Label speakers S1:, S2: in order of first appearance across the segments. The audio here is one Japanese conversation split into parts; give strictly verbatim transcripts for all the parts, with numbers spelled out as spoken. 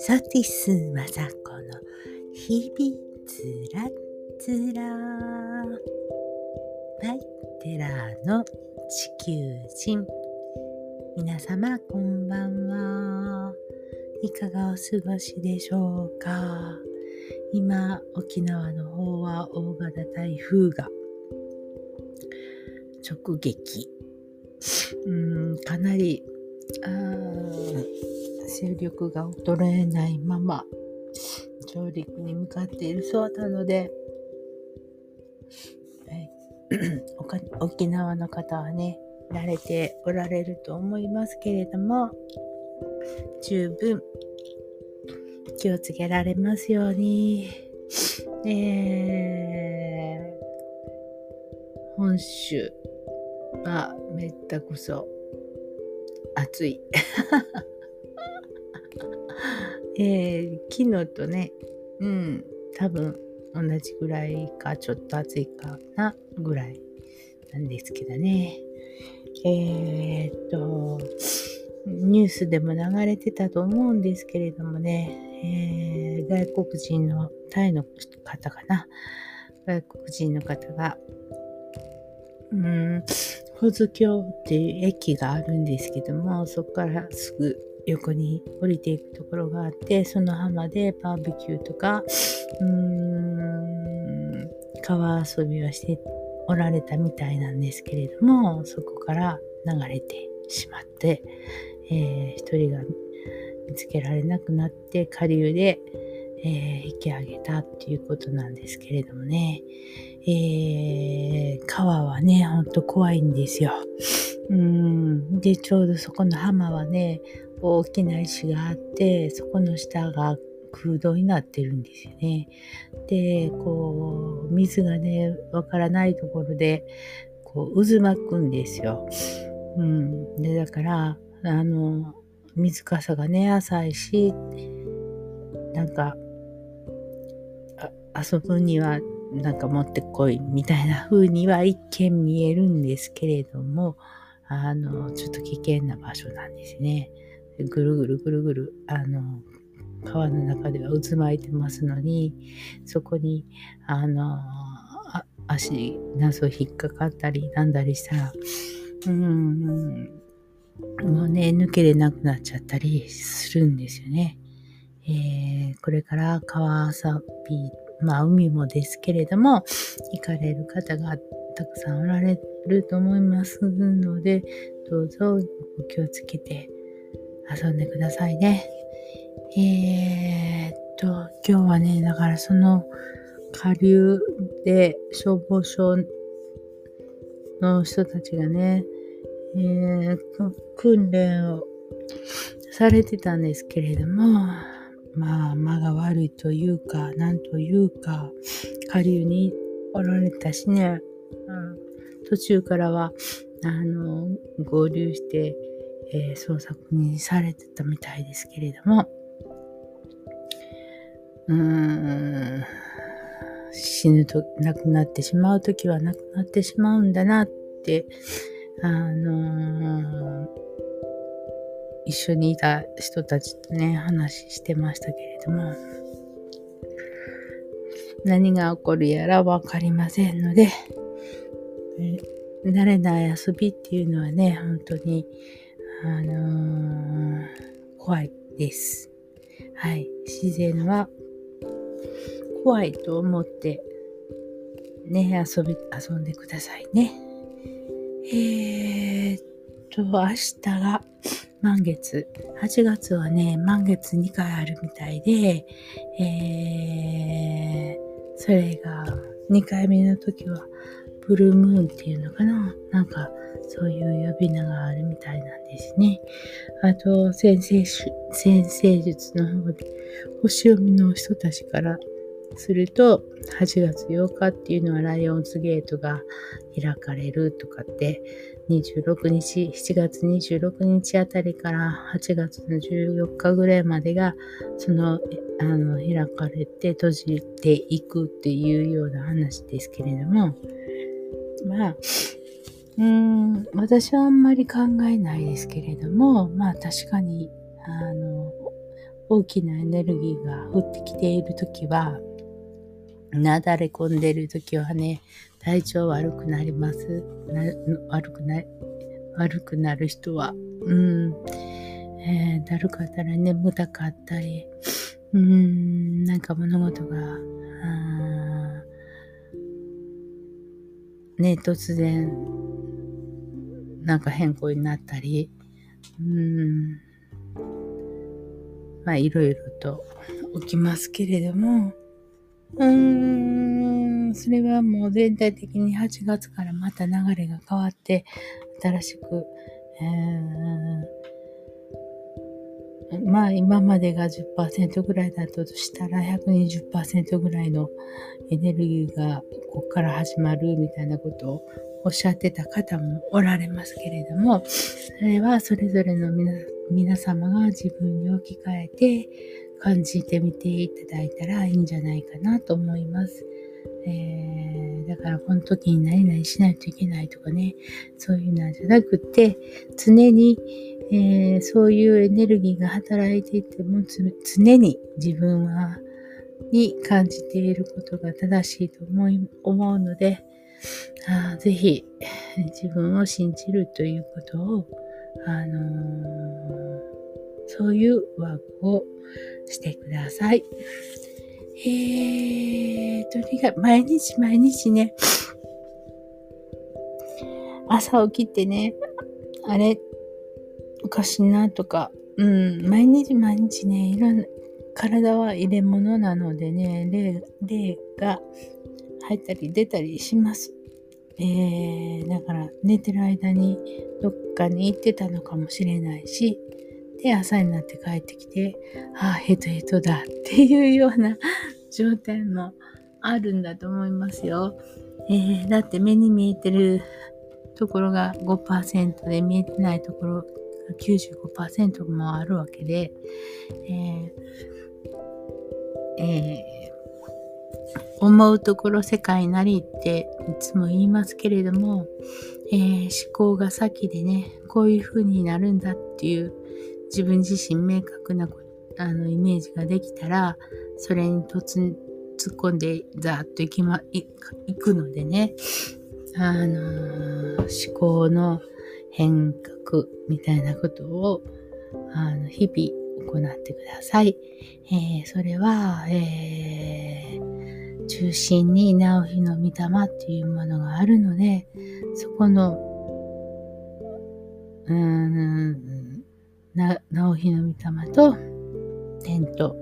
S1: ソティスマサコの日々つらつらバイテラーの地球人、皆様こんばんは。いかがお過ごしでしょうか。今沖縄の方は大型台風が直撃、うーんかなりあ勢力が衰えないまま上陸に向かっているそうなので、沖縄の方はね慣れておられると思いますけれども、十分気をつけられますように。えー、本州はめったくそ暑い、えー、昨日とね、うん多分同じぐらいかちょっと暑いかなぐらいなんですけどね。えー、っとニュースでも流れてたと思うんですけれどもね、えー、外国人のタイの方かな外国人の方がうーん保津峡っていう駅があるんですけども、そこからすぐ横に降りていくところがあって、その浜でバーベキューとかうーん川遊びをしておられたみたいなんですけれども、そこから流れてしまって、えー、一人が見つけられなくなって下流で、えー、引き上げたっていうことなんですけれどもね、えー、川はねほんと怖いんですよ。うーんでちょうどそこの浜はね大きな石があって、そこの下が空洞になってるんですよね。でこう水がねわからないところでこう渦巻くんですよ。うん、でだからあの水かさがね浅いし、なんか遊ぶにはなんか持ってこいみたいな風には一見見えるんですけれども、あのちょっと危険な場所なんですね。ぐるぐるぐるぐるあの川の中では渦巻いてますのに、そこにあのあ足謎引っかかったりなんだりしたら、うーんもうね抜けれなくなっちゃったりするんですよね。えー、これから川遊び、まあ海もですけれども行かれる方がたくさんおられると思いますので、どうぞお気をつけて遊んでくださいね。えー、っと今日はねだからその下流で消防署の人たちがね、えー、訓練をされてたんですけれども、まあ間が悪いというかなんというか下流におられたしね、うん、途中からはあの合流して、えー、捜索にされてたみたいですけれども、うーん死ぬと亡くなってしまうときは亡くなってしまうんだなってあのー、一緒にいた人たちとね話してましたけれども、何が起こるやら分かりませんので、慣れない遊びっていうのはね本当にあのー、怖いです。はい、自然は怖いと思ってね遊び遊んでくださいね。えー、っと明日が満月、はちがつはね満月にかいあるみたいで、えー、それがにかいめの時はブルームーンっていうのかな、なんかそういう呼び名があるみたいなんですね。あと先生先生術の方で星読みの人たちからするとはちがつようかっていうのはライオンズゲートが開かれるとかってにじゅうろくにちしちがつにじゅうろくにちあたりからはちがつのじゅうよっかぐらいまでがそのあの開かれて閉じていくっていうような話ですけれども、まあうーん私はあんまり考えないですけれども、まあ確かにあの大きなエネルギーが降ってきているときは、なだれ込んでいるときはね、体調悪くなります。な悪くな悪くなる人は、うん、えー、だるかったり眠たかったり、うーん、なんか物事が、あね、突然、なんか変更になったり、うーん、まあいろいろと起きますけれども、うーん、それはもう全体的にはちがつからまた流れが変わって、新しく、えーまあ今までが じゅっパーセント ぐらいだったとしたら ひゃくにじゅっパーセント ぐらいのエネルギーがここから始まるみたいなことをおっしゃってた方もおられますけれども、それはそれぞれの皆皆様が自分に置き換えて感じてみていただいたらいいんじゃないかなと思います。えー、だからこの時に何々しないといけないとかね、そういうのじゃなくて、常に、えー、そういうエネルギーが働いていても常に自分はに感じていることが正しいと思い思うので、あぜひ自分を信じるということを、あのー、そういうワークをしてください。えー、とにかく毎日毎日ね、朝起きてね、あれ、おかしいなとか、うん、毎日毎日ね、いろんな、体は入れ物なのでね、霊、霊が入ったり出たりします。えー、だから寝てる間にどっかに行ってたのかもしれないし、で、朝になって帰ってきて、ああ、ヘトヘトだっていうような状態もあるんだと思いますよ。えー、だって目に見えてるところが ごパーセント で見えてないところが きゅうじゅうごパーセント もあるわけで、えーえー思うところ世界なりっていつも言いますけれども、えー、思考が先でね、こういう風になるんだっていう自分自身明確なあのイメージができたら、それに突突っ込んでザーッといきまいいくのでね、あのー、思考の変革みたいなことをあの日々行ってください。えー、それは、えー、中心に直日の御霊っていうものがあるので、そこのうーんな直日の御霊と天と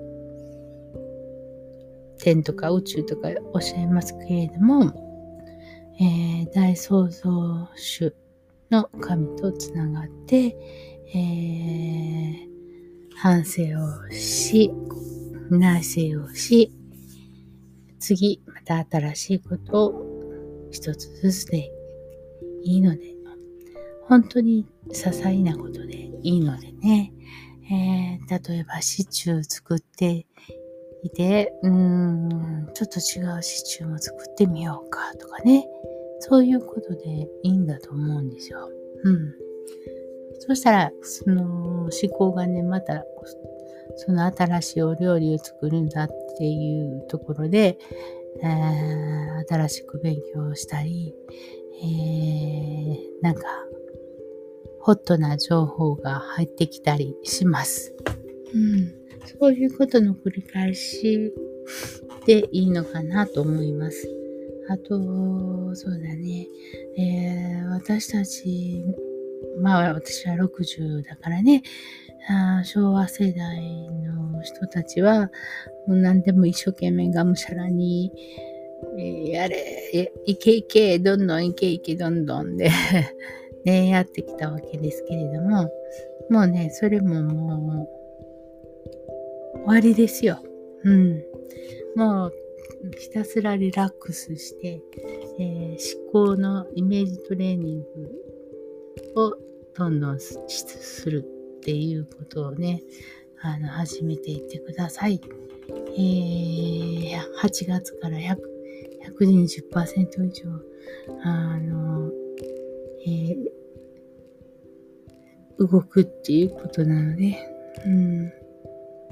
S1: 天とか宇宙とかおっしゃいますけれども、えー、大創造主の神とつながって、えー、反省をし、内省をし、次また新しいことを一つずつでいいので、本当に些細なことでいいのでね、えー、例えばシチュー作っていて、うーん、ちょっと違うシチューも作ってみようかとかね、そういうことでいいんだと思うんですよ。うん。そしたら、その思考がね、また、その新しいお料理を作るんだっていうところで、えー、新しく勉強したり、えー、なんか、ホットな情報が入ってきたりします。うん。そういうことの繰り返しでいいのかなと思います。あと、そうだね。えー、私たち、まあ私はろくじゅうだからね、あ昭和世代の人たちは、もう何でも一生懸命がむしゃらに、えー、やれ、いけいけ、どんどんいけいけ、どんどんでね、やってきたわけですけれども、もうね、それももう終わりですよ。うん。もうひたすらリラックスして、えー、思考のイメージトレーニングをどんどんするっていうことをね、あの、始めていってください。えー、はちがつからひゃく、ひゃくにじゅっパーセント以上、あの、えー、動くっていうことなので、うん、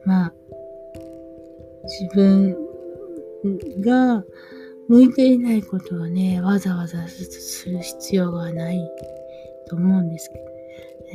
S1: まあ、自分が向いていないことはね、わざわざする必要がないと思うんですけど、え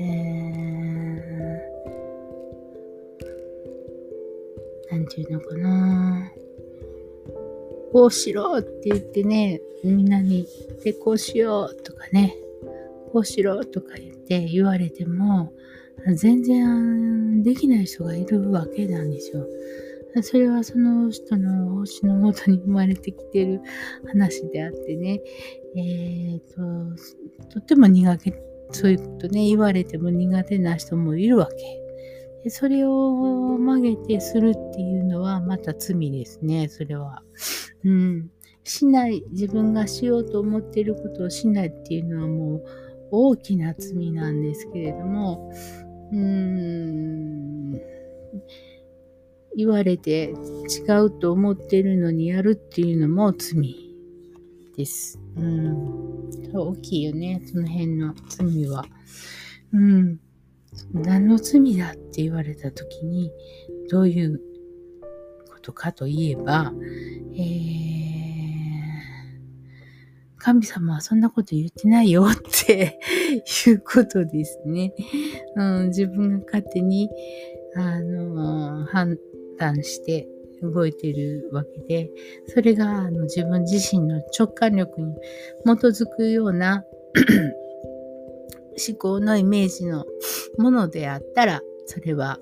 S1: ー、なんていうのかな。こうしろって言ってね、みんなに、で、こうしようとかね、こうしろとか言って言われても、全然できない人がいるわけなんですよ。それはその人の星のもとに生まれてきてる話であってね、えーと、とっても苦手、そういうことね、言われても苦手な人もいるわけ。でそれを曲げてするっていうのはまた罪ですね、それは。うん。しない、自分がしようと思っていることをしないっていうのはもう大きな罪なんですけれども、うーん、言われて違うと思っているのにやるっていうのも罪です。うん。大きいよね、その辺の罪は。うん。何の罪だって言われたときに、どういうことかといえば、えー、神様はそんなこと言ってないよっていうことですね。うん、自分が勝手に、あの、判断して動いているわけで、それがあの自分自身の直感力に基づくような思考のイメージのものであったら、それは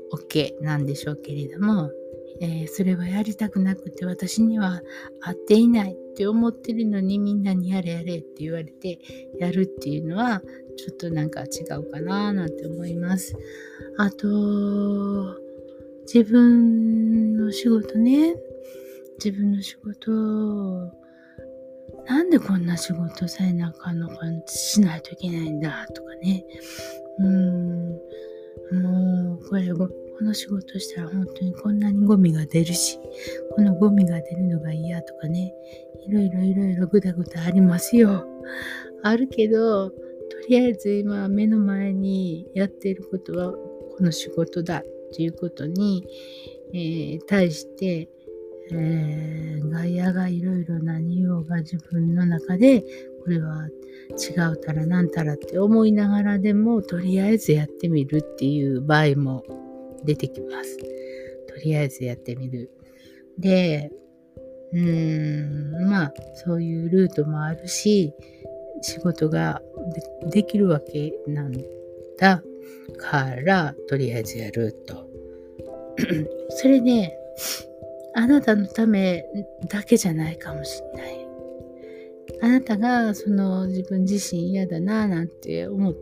S1: OK なんでしょうけれども、えー、それはやりたくなくて私には合っていないって思ってるのにみんなにやれやれって言われてやるっていうのはちょっとなんか違うかななんて思います。あと、自分の仕事ね、自分の仕事なんでこんな仕事さえなあかんのかしないといけないんだとかね。うーん、もうこれこの仕事したら本当にこんなにゴミが出るし、このゴミが出るのが嫌とかね、いろいろいろいろぐだぐだありますよ。あるけど、とりあえず今目の前にやっていることはこの仕事だっていうことに、えー、対してえー、外野がいろいろ何言おうが自分の中でこれは違うたらなんたらって思いながらでもとりあえずやってみるっていう場合も出てきます。とりあえずやってみる。で、うーん、まあそういうルートもあるし仕事が で, できるわけなんだからとりあえずやると。それで、あなたのためだけじゃないかもしれない。あなたがその自分自身嫌だななんて思って、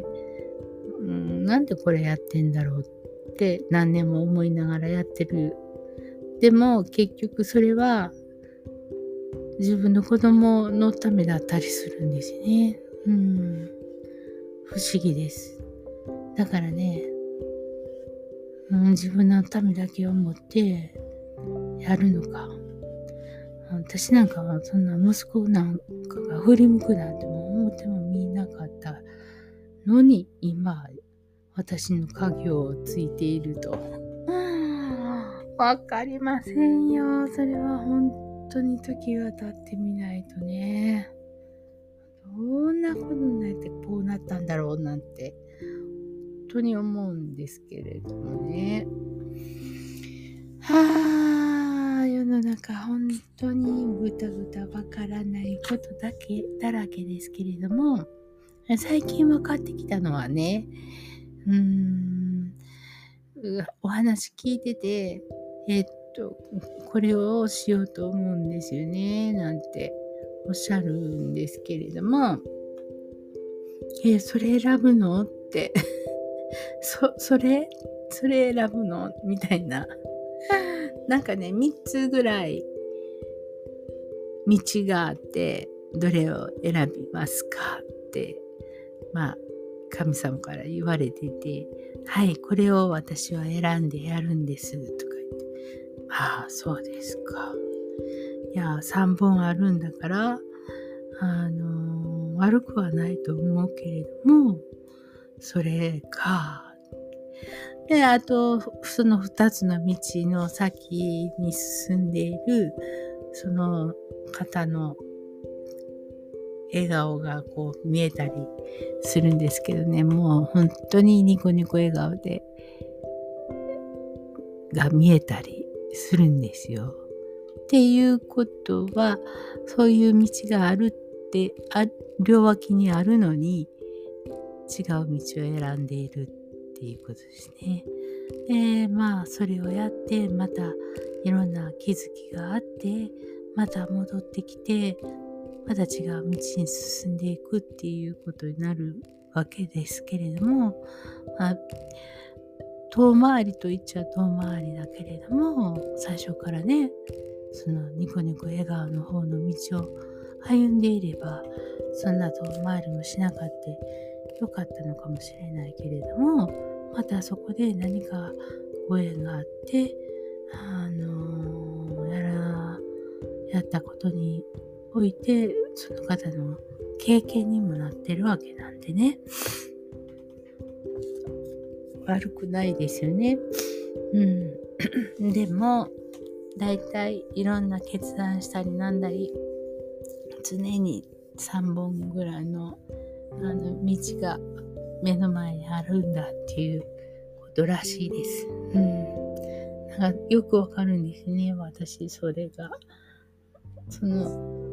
S1: うん、なんでこれやってんだろうって何年も思いながらやってる。でも結局それは自分の子供のためだったりするんですね。うん、不思議です。だからね、うん、自分のためだけを思ってやるのか。私なんかはそんな息子なんかが振り向くなんても思ってもみなかったのに今私の家業をついていると。わかりませんよ。それは本当に時が経ってみないとね。どんなことになってこうなったんだろうなんて本当に思うんですけれどもね。はあ、世の中本当にぐたぐたわからないことだけだらけですけれども、最近分かってきたのはね、うーん、お話聞いてて、えっと、これをしようと思うんですよね、なんておっしゃるんですけれども、え、それ選ぶのって、そ、それそれ選ぶのみたいな。なんかね、みっつぐらい道があって、どれを選びますかって、まあ、神様から言われてて、はい、これを私は選んでやるんです、とか言って。ああ、そうですか。いや、さんぼんあるんだから、あのー、悪くはないと思うけれども、それか。 で、あと、その二つの道の先に進んでいる、その方の笑顔がこう見えたりするんですけどね、もう本当にニコニコ笑顔で、が見えたりするんですよ。っていうことは、そういう道があるって、あ両脇にあるのに、違う道を選んでいるっていうことですね。で、まあ、それをやって、またいろんな気づきがあって、また戻ってきて、また違う道に進んでいくっていうことになるわけですけれども、まあ、遠回りと言っちゃ遠回りだけれども、最初からね、そのニコニコ笑顔の方の道を歩んでいれば、そんな遠回りもしなかったよかったのかもしれないけれども、またそこで何かご縁があって、あのー、やら、やったことにおいて、その方の経験にもなってるわけなんでね。悪くないですよね。うん。でも、だいたいいろんな決断したりなんだり、常にさんぼんぐらいの、あの道が目の前にあるんだっていうことらしいです。うん。なんかよくわかるんですね。私、それが。その、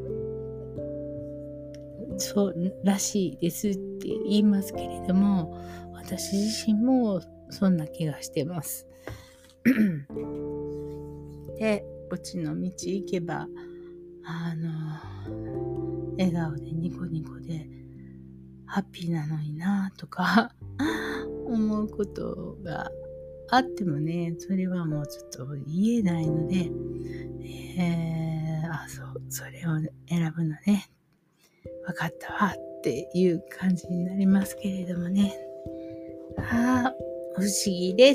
S1: そうらしいですって言いますけれども、私自身もそんな気がしてます。で、こっちの道行けば、あの、笑顔でニコニコでハッピーなのになとか思うことがあってもね、それはもうちょっと言えないので、えー、あ、そう、それを選ぶのね。分かったわっていう感じになりますけれどもね。ああ、不思議です。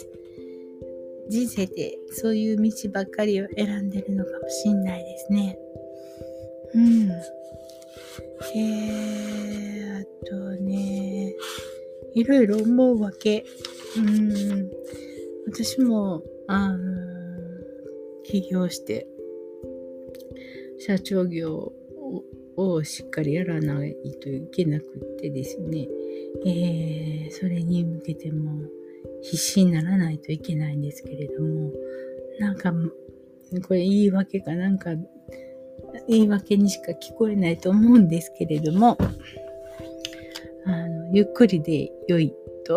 S1: 人生でそういう道ばっかりを選んでるのかもしんないですね。うん。えー、あとね、いろいろ思うわけ。うん。私も、あの、起業して、社長業ををしっかりやらないといけなくってですね、えー、それに向けても必死にならないといけないんですけれども、なんかこれ言い訳かなんか言い訳にしか聞こえないと思うんですけれども、あのゆっくりで良いと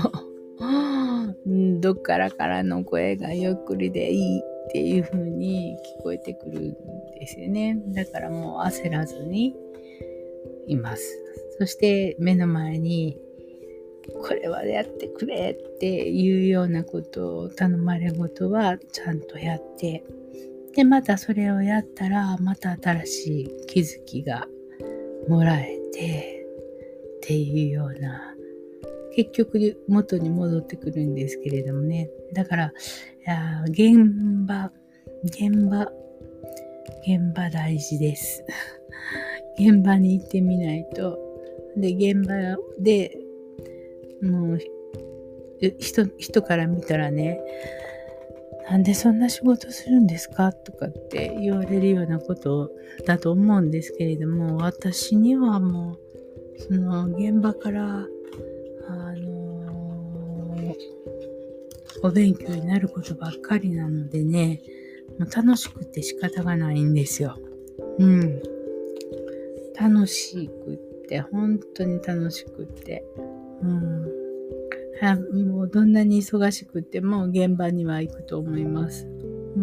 S1: どっからからの声がゆっくりでいいっていう風に聞こえてくるんですよね。だからもう焦らずにいます。そして目の前にこれはやってくれっていうようなことを頼まれごとはちゃんとやって、でまたそれをやったらまた新しい気づきがもらえてっていうような、結局元に戻ってくるんですけれどもね。だから、いや現場、現場、現場大事です。現場に行ってみないと。で、現場で、もう、人、人から見たらね、なんでそんな仕事するんですかとかって言われるようなことだと思うんですけれども、私にはもう、その現場から、あのー、お勉強になることばっかりなのでね、もう楽しくて仕方がないんですよ。うん。楽しくって、本当に楽しくって。うん。はもうどんなに忙しくっても現場には行くと思います。うん。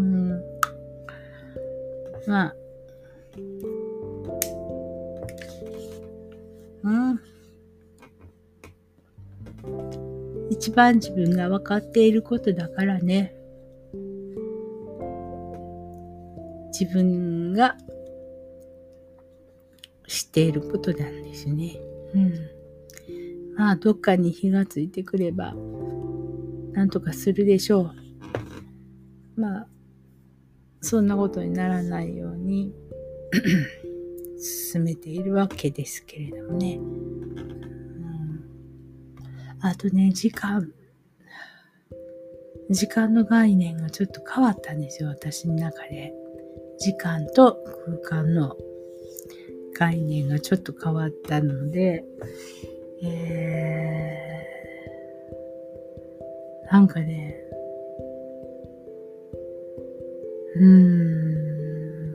S1: まあ。うん。一番自分が分かっていることだからね。自分が知っていることなんですね。うん。まあ、どっかに火がついてくれば、なんとかするでしょう。まあ、そんなことにならないように進めているわけですけれどもね。うん、あとね、時間。 時間の概念がちょっと変わったんですよ、私の中で。時間と空間の概念がちょっと変わったので、えー、なんかね、うー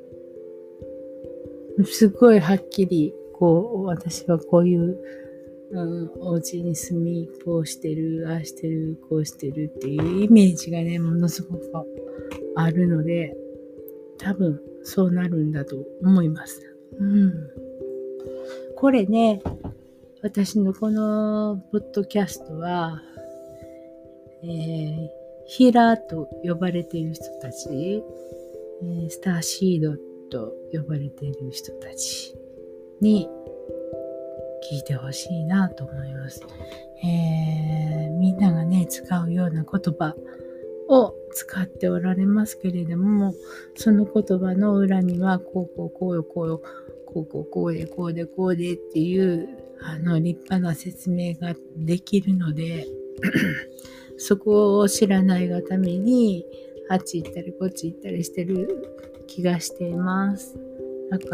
S1: ん、すごいはっきり、こう、私はこういう、うん、お家に住み、こうしてる、ああしてる、こうしてるっていうイメージがね、ものすごくあるので、多分そうなるんだと思います。うん。これね、私のこのポッドキャストは、えー、ヒーラーと呼ばれている人たち、えー、スターシードと呼ばれている人たちに聞いてほしいなと思います。えー、みんながね、使うような言葉を使っておられますけれども、その言葉の裏には、こうこうこうよこうよ、こうこうこうでこうでこうでっていう、あの、立派な説明ができるので、そこを知らないがために、あっち行ったりこっち行ったりしてる気がしています。だから、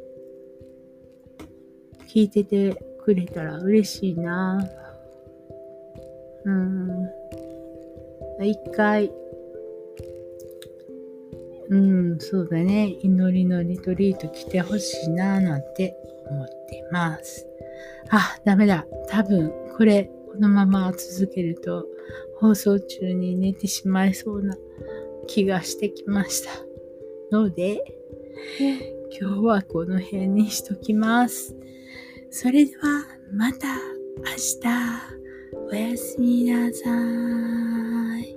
S1: 聞いててくれたら嬉しいな。うん。一回、うん、そうだね。祈りのリトリート来てほしいななんて思ってます。あ、ダメだ。多分、これ、このまま続けると、放送中に寝てしまいそうな気がしてきました。ので、今日はこの辺にしときます。それでは、また明日、おやすみなさい。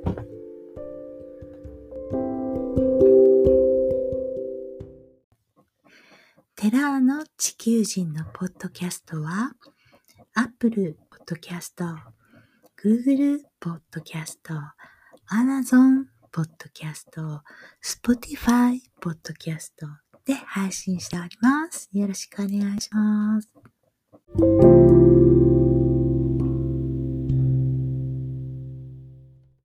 S1: テラーの地球人のポッドキャストは、Apple Podcast、Google Podcast、Amazon Podcast、Spotify Podcast で配信しております。よろしくお願いします。